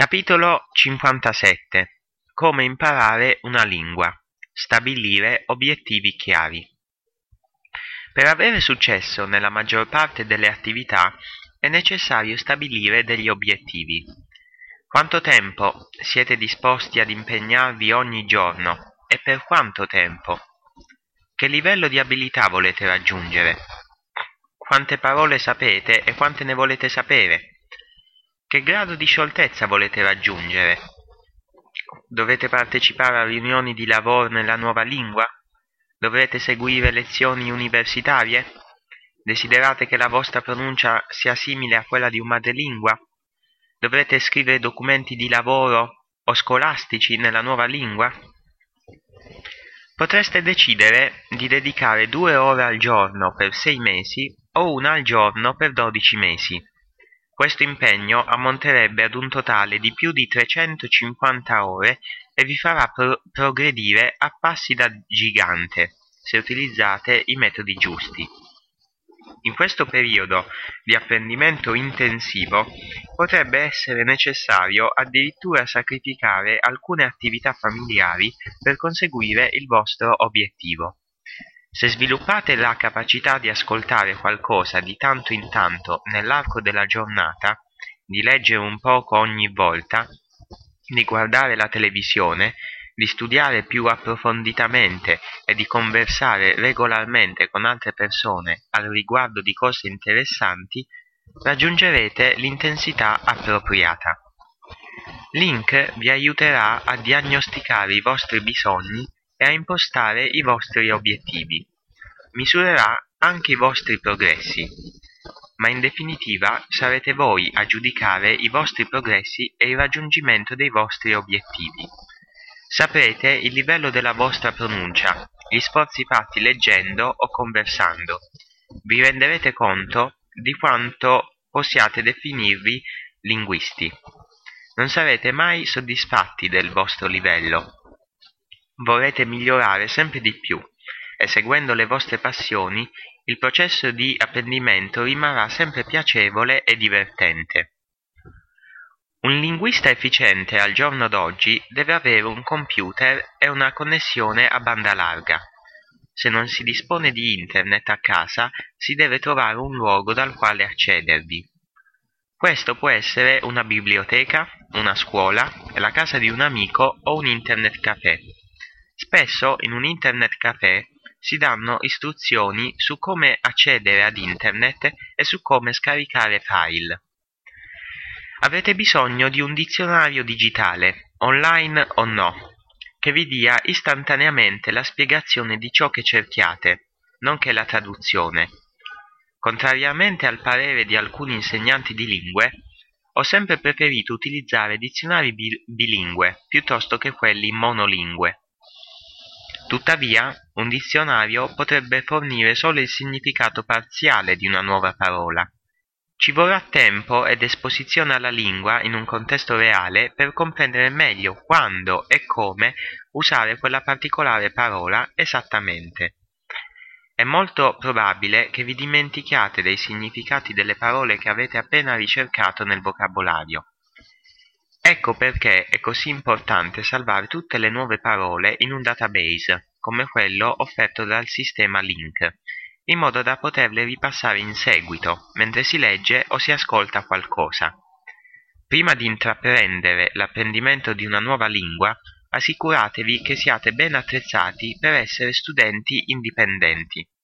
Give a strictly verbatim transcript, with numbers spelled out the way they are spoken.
Capitolo cinquantasette. Come imparare una lingua. Stabilire obiettivi chiari. Per avere successo nella maggior parte delle attività è necessario stabilire degli obiettivi. Quanto tempo siete disposti ad impegnarvi ogni giorno e per quanto tempo? Che livello di abilità volete raggiungere? Quante parole sapete e quante ne volete sapere? Che grado di scioltezza volete raggiungere? Dovete partecipare a riunioni di lavoro nella nuova lingua? Dovrete seguire lezioni universitarie? Desiderate che la vostra pronuncia sia simile a quella di un madrelingua? Dovrete scrivere documenti di lavoro o scolastici nella nuova lingua? Potreste decidere di dedicare due ore al giorno per sei mesi o una al giorno per dodici mesi. Questo impegno ammonterebbe ad un totale di più di trecentocinquanta ore e vi farà pro- progredire a passi da gigante, se utilizzate i metodi giusti. In questo periodo di apprendimento intensivo potrebbe essere necessario addirittura sacrificare alcune attività familiari per conseguire il vostro obiettivo. Se sviluppate la capacità di ascoltare qualcosa di tanto in tanto nell'arco della giornata, di leggere un poco ogni volta, di guardare la televisione, di studiare più approfonditamente e di conversare regolarmente con altre persone al riguardo di cose interessanti, raggiungerete l'intensità appropriata. Link vi aiuterà a diagnosticare i vostri bisogni e a impostare i vostri obiettivi. Misurerà anche i vostri progressi, ma in definitiva sarete voi a giudicare i vostri progressi e il raggiungimento dei vostri obiettivi. Saprete il livello della vostra pronuncia, gli sforzi fatti leggendo o conversando. Vi renderete conto di quanto possiate definirvi linguisti. Non sarete mai soddisfatti del vostro livello. Vorrete migliorare sempre di più e seguendo le vostre passioni il processo di apprendimento rimarrà sempre piacevole e divertente. Un linguista efficiente al giorno d'oggi deve avere un computer e una connessione a banda larga. Se non si dispone di internet a casa, si deve trovare un luogo dal quale accedervi. Questo può essere una biblioteca, una scuola, la casa di un amico o un internet café. Spesso in un internet café si danno istruzioni su come accedere ad internet e su come scaricare file. Avrete bisogno di un dizionario digitale, online o no, che vi dia istantaneamente la spiegazione di ciò che cerchiate, nonché la traduzione. Contrariamente al parere di alcuni insegnanti di lingue, ho sempre preferito utilizzare dizionari bilingue piuttosto che quelli monolingue. Tuttavia, un dizionario potrebbe fornire solo il significato parziale di una nuova parola. Ci vorrà tempo ed esposizione alla lingua in un contesto reale per comprendere meglio quando e come usare quella particolare parola esattamente. È molto probabile che vi dimentichiate dei significati delle parole che avete appena ricercato nel vocabolario. Ecco perché è così importante salvare tutte le nuove parole in un database, come quello offerto dal sistema Link, in modo da poterle ripassare in seguito, mentre si legge o si ascolta qualcosa. Prima di intraprendere l'apprendimento di una nuova lingua, assicuratevi che siate ben attrezzati per essere studenti indipendenti.